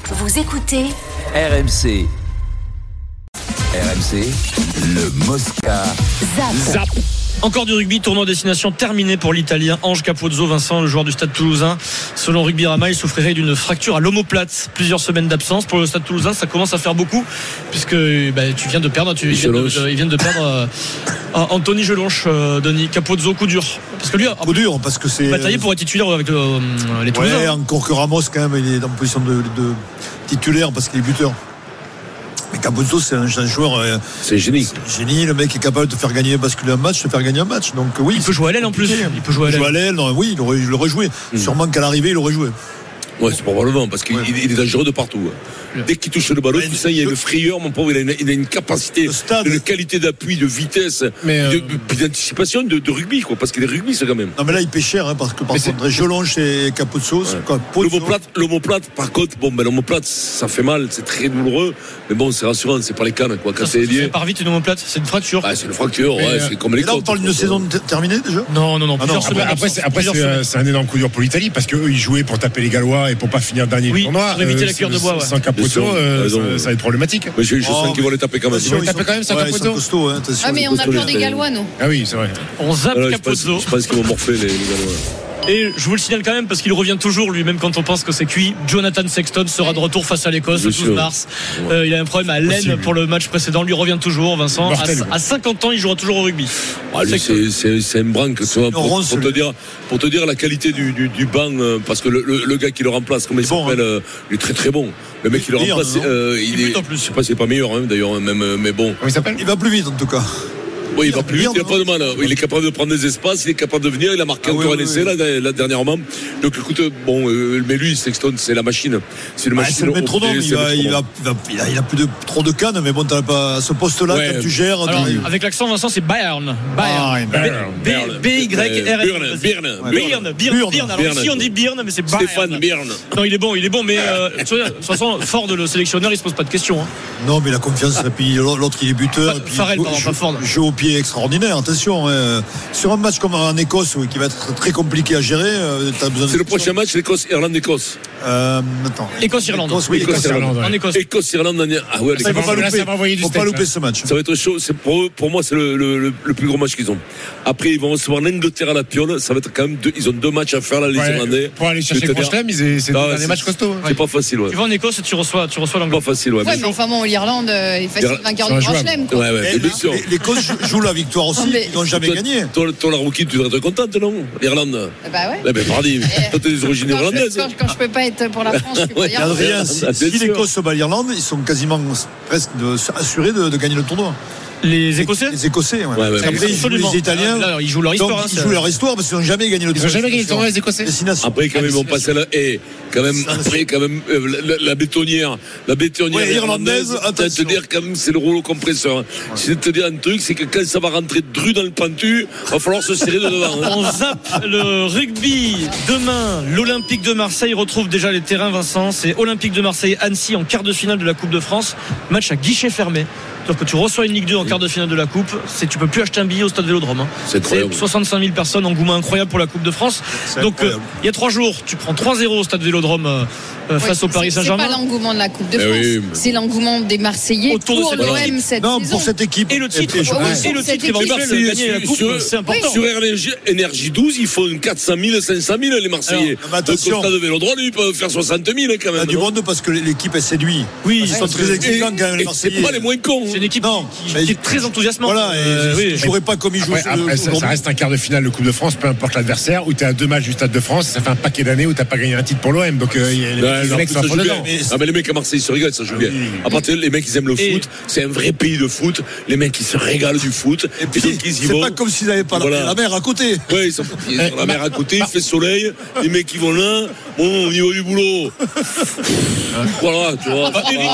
Vous écoutez RMC. RMC, le Mosca. Zap. Encore du rugby, tournoi destination terminé pour l'Italien Ange Capozzo. Vincent, le joueur du Stade Toulousain, selon Rugby Rama, il souffrirait d'une fracture à l'omoplate. Plusieurs semaines d'absence pour le Stade Toulousain, ça commence à faire beaucoup puisque tu viens de perdre. Ils viennent de perdre Anthony Gelonche, Denis Capozzo, coup dur. Parce que lui, coup dur parce que c'est bataillé pour être titulaire avec les Toulousains. Ouais, encore que Ramos quand même, il est en position de titulaire parce qu'il est buteur. Mais Capozzo, c'est un joueur. C'est génie. Le mec est capable de faire gagner, basculer un match, de faire gagner un match. Donc oui. Il peut jouer à l'aile en plus. Il peut jouer à l'aile. Oui, il aurait joué. Sûrement qu'à l'arrivée, il aurait joué. Ouais, c'est probablement parce qu'il est dangereux de partout. Dès qu'il touche le ballon, tu sais, il y a une frayeur, mon pauvre, il a une capacité, une qualité d'appui, de vitesse, d'anticipation, de rugby, quoi, parce qu'il est rugby, c'est quand même. Non, mais là, il paie cher, parce que par contre, Gelonche et Capozzo, l'omoplate, par contre, l'omoplate, ça fait mal, c'est très douloureux, mais bon, c'est rassurant, c'est pas les cannes, quoi. Quand c'est lié. Ça part vite une omoplate, c'est une fracture. Ah, c'est une fracture, c'est comme les côtes. Là, on parle d'une saison terminée déjà? Non. Après, c'est un énorme coup dur pour l'Italie, parce qu'eux, ils jouaient pour taper les Gallois et pour pas finir dernier du tournoi. Pour éviter la cuillère de bois. Sans Capozzo, ça va être problématique. Mais je sens qu'ils vont les taper quand même. Ils vont les taper quand même sans Capozzo. Mais on a peur des Gallois, nous. Ah oui, c'est vrai. On zappe Capozzo. Je pense qu'ils vont morfler les Gallois. Et je vous le signale quand même parce qu'il revient toujours, lui, même quand on pense que c'est cuit. Jonathan Sexton sera de retour face à l'Écosse le 12 mars. Il a un problème à l'aine pour le match précédent. Lui revient toujours, Vincent. À 50 ans, il jouera toujours au rugby. C'est un branque, pour te dire la qualité du banc, parce que le gars qui le remplace, comment il s'appelle, il est très très bon. Le mec qui le remplace, je sais pas si c'est pas meilleur d'ailleurs, même, mais bon. Comment il s'appelle ? Il va plus vite en tout cas. Oui, il va plus vite, il n'a pas de mal. Il est capable de prendre des espaces, il est capable de venir, il a marqué encore un essai là dernièrement. Donc écoute, mais lui, Sexton, c'est la machine. C'est une machine. C'est le métronome, il a plus de trop de cannes, mais bon, t'as pas ce poste-là quand tu gères. Alors, avec l'accent, Vincent, c'est Bayern. Byrne. Alors ici on dit Byrne, mais c'est Bayern. Stéphane Byrne. Non, il est bon, mais de toute façon, Ford, le sélectionneur, il se pose pas de questions. Non, mais la confiance, et puis l'autre il est buteur. Farrell, pardon, pas Ford. Joue au pied extraordinaire, attention. Sur un match comme en Écosse, qui va être très compliqué à gérer, t'as besoin de. C'est le prochain match, Irlande-Écosse. Écosse-Irlande. Écosse-Irlande. En Écosse. Écosse-Irlande. Ah ouais, faut pas louper ce match. Ça va être chaud. Pour moi, c'est le plus gros match qu'ils ont. Après, ils vont recevoir l'Angleterre à la Piole. Ça va être quand même ils ont 2 matchs à faire là, les Irlandais. Pour aller chercher le Proche-Thème, c'est des matchs costauds. C'est pas facile, Tu vas en Écosse et tu reçois l'Angleterre. Pas facile, mais enfin bon, l'Irlande est facile vainqueur du Proche-Thème. L'Écosse joue la victoire aussi. Ils n'ont jamais gagné. Toi, la rookie, tu devrais être contente, non? L'Irlande. Bah ouais. Mais pardi, toi, t'es des origines irlandaises. Quand je peux pas être pour la France, je peux pas dire. Adrien, si l'Écosse bat l'Irlande, ils sont quasiment presque assurés de gagner le tournoi. Les Écossais, Après, ils jouent les Italiens. Là, ils jouent leur histoire. Donc, ils jouent leur histoire parce qu'ils n'ont jamais gagné le tournoi. Ils n'ont jamais gagné le tournoi, les Écossais. Après, quand même, ils vont passer là. Et quand même, la bétonnière irlandaise, te dire, quand même, c'est le rouleau compresseur. Je vais te dire un truc, c'est que quand ça va rentrer dru dans le pentu, il va falloir se serrer de devant. On zappe le rugby. Demain, l'Olympique de Marseille retrouve déjà les terrains, Vincent. C'est Olympique de Marseille-Annecy en quart de finale de la Coupe de France. Match à guichet fermé. Donc que tu reçois une Ligue 2 en quart de finale de la Coupe, tu peux plus acheter un billet au Stade Vélodrome. C'est 65 000 personnes, engouement incroyable pour la Coupe de France. Donc il y a 3 jours, tu prends 3-0 au Stade Vélodrome face au Paris Saint-Germain. C'est pas l'engouement de la Coupe de France, c'est l'engouement des Marseillais pour l'OM cette saison. Pour cette équipe. Et le titre, éventuel, gagner la Coupe, c'est important. Sur Énergie 12, ils font 400 000, 500 000 les Marseillais. Donc au Stade Vélodrome, ils peuvent faire 60 000 quand même. Il y a du monde parce que l'équipe est séduit. Oui, ils sont très exigeants quand même les Marseillais. C'est pas les moins cons. C'est une équipe qui est très enthousiasmante. Voilà, je jouerais pas comme ils jouent. Après, ça reste un quart de finale de Coupe de France, peu importe l'adversaire, où tu es à 2 matchs du Stade de France, ça fait un paquet d'années où tu n'as pas gagné un titre pour l'OM. Donc les mecs sont à fond dedans. Mais les mecs à Marseille, ils se régalent, ça joue bien. À partir les mecs, ils aiment le foot, c'est un vrai pays de foot. Les mecs, ils se régalent du foot. Et puis, c'est pas comme s'ils n'avaient pas la mer à côté. Oui, ils sont la mer à côté, il fait soleil, les mecs, ils vont là, bon, au niveau du boulot. Voilà, tu vois.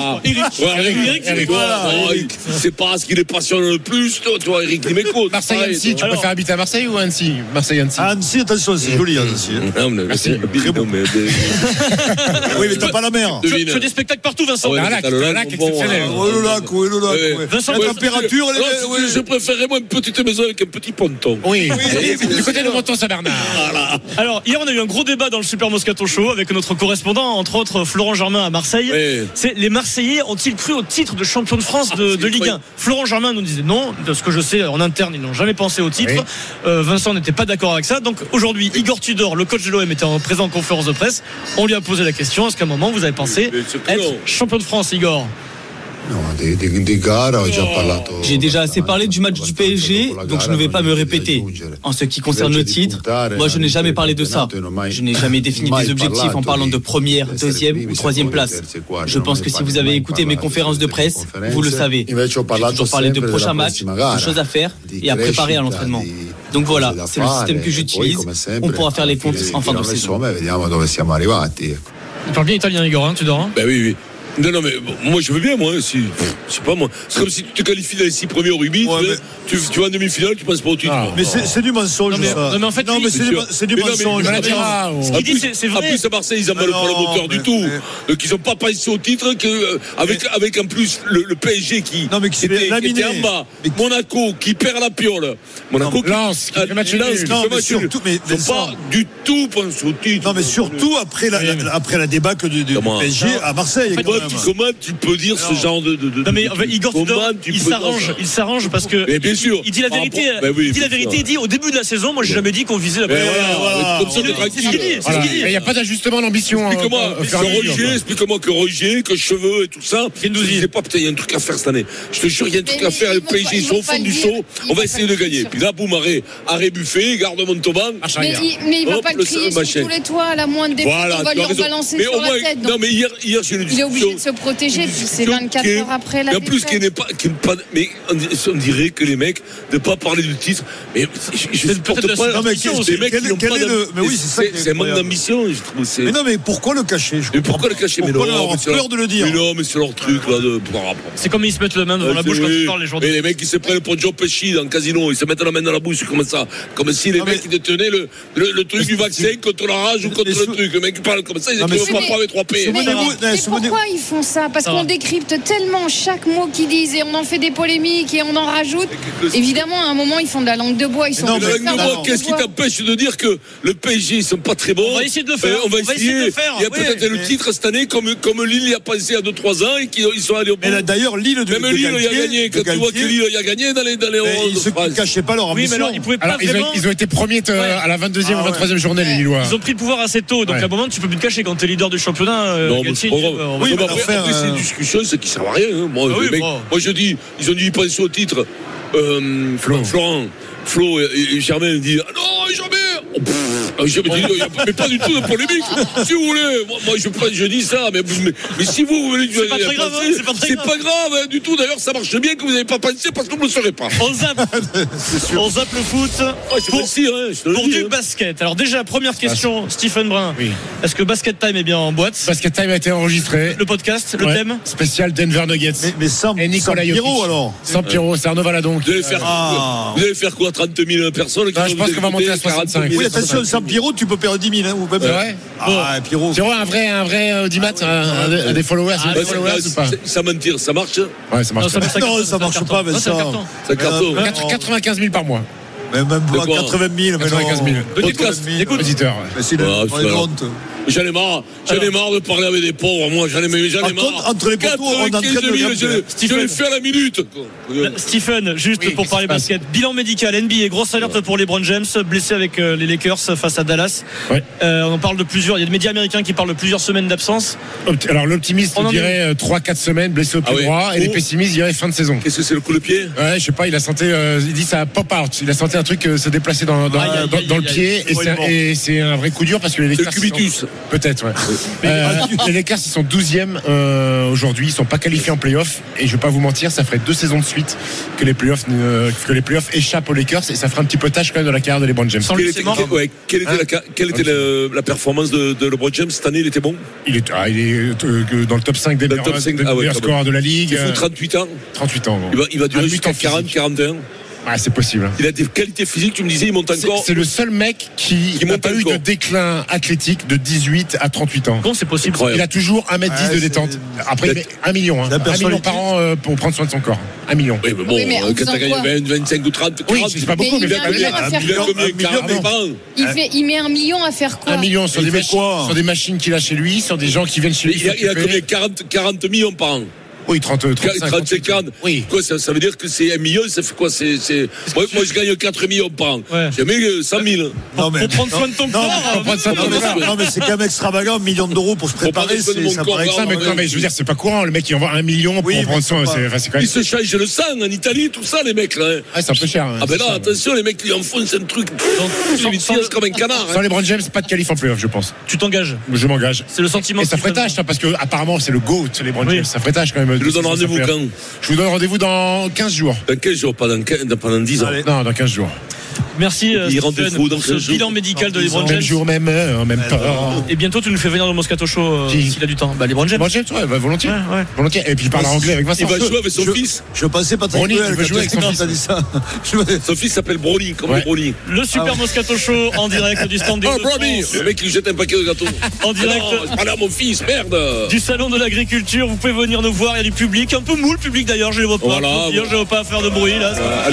Eric, c'est pas ce qui les passionne le plus, toi, Eric, il m'écoute. Marseille-Annecy, tu préfères habiter à Marseille ou à Annecy ? Marseille-Annecy. Annecy, attention, c'est joli, Annecy. Non, mais Oui, mais t'as pas la mer. Tu fais des spectacles partout, Vincent. Un lac exceptionnel. Le lac. Vincent, la température. Je préférais moi une petite maison avec un petit ponton. Oui, du côté de Monton-Saint-Bernard. Alors, hier, on a eu un gros débat dans le Super Moscato Show avec notre correspondant, entre autres Florent Germain à Marseille. C'est les Marseillais ont-ils cru au titre de champion de France de Ligue 1? Florent Germain nous disait non. De ce que je sais, en interne, ils n'ont jamais pensé au titre. Vincent n'était pas d'accord avec ça. Donc aujourd'hui, Igor Tudor, le coach de l'OM, était présent en conférence de presse. On lui a posé la question, est-ce qu'à un moment vous avez pensé être champion de France, Igor? J'ai déjà assez parlé du match du PSG, donc je ne vais pas me répéter. En ce qui concerne le titre, moi je n'ai jamais parlé de ça. Je n'ai jamais défini des objectifs en parlant de première, deuxième ou troisième place. Je pense que si vous avez écouté mes conférences de presse, vous le savez. J'ai toujours parlé de prochains matchs, de choses à faire et à préparer à l'entraînement. Donc voilà, c'est le système que j'utilise. On pourra faire les comptes en fin de saison. Il parle bien italien, Igor, hein, Tudor, hein? Ben oui. Non, mais moi je veux bien, moi. Je sais pas, moi. C'est comme si tu te qualifies dans les 6 premiers au rugby, tu vas en demi-finale, tu passes pas au titre. Mais c'est du mensonge, ça. Non, mais en fait, c'est du mensonge. Ce qu'il dit, c'est vrai. En plus, à Marseille, ils en veulent pas le moteur du tout. Donc, ils n'ont pas pensé au titre, avec en plus le PSG qui était en bas. Monaco qui perd la piole. Monaco Lens qui fait match nul. Ils n'ont pas du tout pensé au titre. Non, mais surtout après la débâcle du PSG à Marseille. Comment tu peux dire ce genre de non mais Igor Tudor, il s'arrange parce que mais bien sûr. il dit la vérité. Il dit au début de la saison, moi j'ai jamais dit qu'on visait la première. Comme ça, c'est ce qu'il dit. Il n'y a pas d'ajustement d'ambition. Explique-moi que Roger, que Cheveux et tout ça. Je sais pas, peut-être il y a un truc à faire cette année. Je te jure, il y a un truc à faire. Le PSG, ils sont au fond du saut. On va essayer de gagner. Puis là, boum, arrêt Buffet, garde Montauban. Mais il va pas le crier sur tous les toits à la moindre défaite. On va lui rebalancer sur la tête. Non mais hier j'ai eu une discussion. De se protéger, puis c'est 24 heures après la défaite. En plus, mais on dirait que les mecs ne pas parler du titre. Mais je ne supporte pas les mecs qui n'ont pas d'ambition. C'est un manque d'ambition, je trouve. Mais non, mais pourquoi le cacher? Pourquoi le cacher? Mais non, on peur de le dire. Mais non, mais c'est leur truc là. C'est comme ils se mettent la main devant la bouche quand ils parlent les gens. Mais les mecs qui se prennent pour Joe Pesci dans le casino, ils se mettent la main dans la bouche comme ça, comme si les mecs qui détenaient le truc du vaccin contre la rage ou contre le truc. Le mec qui parle comme ça, ils écrivent pas avec 3 P. Mais pourquoi ils font ça? Parce qu'on décrypte tellement chaque mot qu'ils disent et on en fait des polémiques et on en rajoute. Évidemment, à un moment, ils font de la langue de bois. La langue de bois, qu'est-ce qui t'empêche de dire que le PSG, ils sont pas très bons? On va essayer de le faire. On va essayer de le faire. Il y a peut-être le titre cette année, comme Lille y a passé il y a 2-3 ans et qu'ils sont allés au bout. Mais d'ailleurs, Lille même Lille y a gagné. Quand tu vois que Lille y a gagné dans les Ils ne cachaient pas leur ambition. Oui, mais alors, ils pouvaient pas vraiment. Ils ont été premiers à la 22e ou 23e journée, les Lillois. Ils ont pris le pouvoir assez tôt. Donc à un moment, tu peux plus te cacher quand t'es leader du championnat. Non, mais c'est après, c'est une discussion, c'est qui sert à rien. Moi, je dis, ils ont dû y penser au titre. Flo et Germain dit non, jamais. Je me dis, mais pas du tout de polémique. Si vous voulez, moi je dis ça, mais si vous voulez, c'est pas très grave. C'est pas grave du tout. D'ailleurs, ça marche bien que vous n'avez pas pensé parce que vous ne le saurez pas. On zappe le foot pour du basket. Alors déjà, première question, Stephen Brun. Oui. Est-ce que Basket Time est bien en boîte? Basket Time a été enregistré. Le podcast, le thème spécial Denver Nuggets. Mais sans Pierrot alors. Sans Pierrot, c'est Arnaud Valadon. Vous allez faire quoi? 30 000 personnes? Je pense qu'on va monter à 65. Oui, attention, sans Pierrot, tu peux perdre 10 000. C'est vrai. Pierrot, un vrai audimat, des followers. Ça mentir, ça marche? Ouais, ça marche. Non, ça marche pas, mais ça. Ça cartonne. 95 000 par mois. Même pas 80 000. 95 000. Podcast. Écoute, auditeur. J'en ai marre de parler avec des pauvres. Moi, j'en ai marre. Entre les poteaux, on entraîne je vais faire la minute. Stephen, juste pour parler basket, bilan médical, NBA, grosse alerte pour LeBron James, blessé avec les Lakers face à Dallas. On parle de plusieurs. Il y a des médias américains qui parlent de plusieurs semaines d'absence. Alors l'optimiste dirait 3-4 semaines blessé au pied droit, et les pessimistes diraient fin de saison. Qu'est-ce que c'est, le coup de pied? Ouais, je sais pas. Il a senti, il dit ça pop out. Il a senti un truc se déplacer dans le pied, et c'est un vrai coup dur parce que les Lakers. Peut-être, ouais. Les Lakers, ils sont 12e aujourd'hui. Ils sont pas qualifiés en play-off. Et je vais pas vous mentir, ça ferait 2 saisons de suite que les play-offs échappent aux Lakers. Et ça ferait un petit peu tâche quand même dans la carrière de LeBron James. Quelle était la performance de LeBron James cette année? Il était bon? Il est dans le top 5 des meilleurs scoreurs de la Ligue. Il faut 38 ans. 38 ans. Il va durer jusqu'à 40, 41. c'est possible. Il a des qualités physiques, tu me disais, il monte encore. C'est le seul mec qui n'a pas eu de déclin athlétique de 18 à 38 ans. Comment c'est possible? Il a toujours 1m10 de détente. Après, il met 1 million. 1 million par an pour prendre soin de son corps. 1 million. Oui, mais bon, quand t'as gagné 25 ou 30, 40, oui, c'est pas beaucoup, mais il a combien 40 par an. Il met 1 million à faire quoi? 1 million sur des machines qu'il a chez lui, sur des gens qui viennent chez lui. Il a combien 40 millions par an. Oui, 35. 40. Oui. Quoi, ça veut dire que c'est 1 million, ça fait quoi? Moi, je gagne 4 millions par an. Ouais. J'ai mis 100 000. Pour prendre soin de ton corps. Non, mais c'est quand même extravagant, 1 million d'euros pour se préparer. Ça paraît non, mais je veux dire, c'est pas courant. Le mec, il envoie 1 million pour prendre soin. C'est quand même. Ils se changent le sang en Italie, tout ça, les mecs, là. C'est un peu cher. Ah, ben là, attention, les mecs, ils enfoncent un truc. C'est comme un canard. Sans les LeBron James, pas de qualif en playoff, je pense. Tu t'engages? Je m'engage. C'est le sentiment. Et ça ferait tâche, parce que apparemment, c'est le GOAT, les LeBron James. Ça ferait tâche quand même. Je vous donne rendez-vous quand? Je vous donne rendez-vous dans 15 jours. Dans 15 jours, pas pendant 10 ans. Non, dans 15 jours. Merci rendez-vous pour ce bilan médical de LeBron James. Même jour, même heure, même pas. Et bientôt tu nous fais venir dans le Moscato Show s'il a du temps. LeBron James. Volontiers. Volontiers. Et puis il parle anglais avec Vincent. Il va jouer avec son fils. Je pensais pas Brony, il veut jouer avec son fils. Dit ça. Son fils s'appelle Brony, comme Brony. Le super Moscato Show en direct du stand des Brony. Le mec il jette un paquet de gâteaux. En direct. Je parlais à mon fils, merde. Du salon de l'agriculture, vous pouvez venir nous voir, il y a du public, un peu mou le public d'ailleurs, je les vois pas. Voilà. Je ne veux pas faire de bruit là. À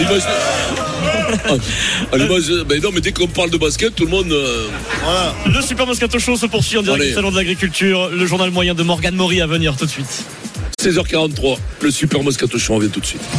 l'image, non, mais dès qu'on parle de basket, tout le monde. Voilà. Le Super Moscato Show se poursuit en direct du salon de l'agriculture. Le journal moyen de Morgane Maury à venir tout de suite. 16h43, le Super Moscato Show, on revient tout de suite.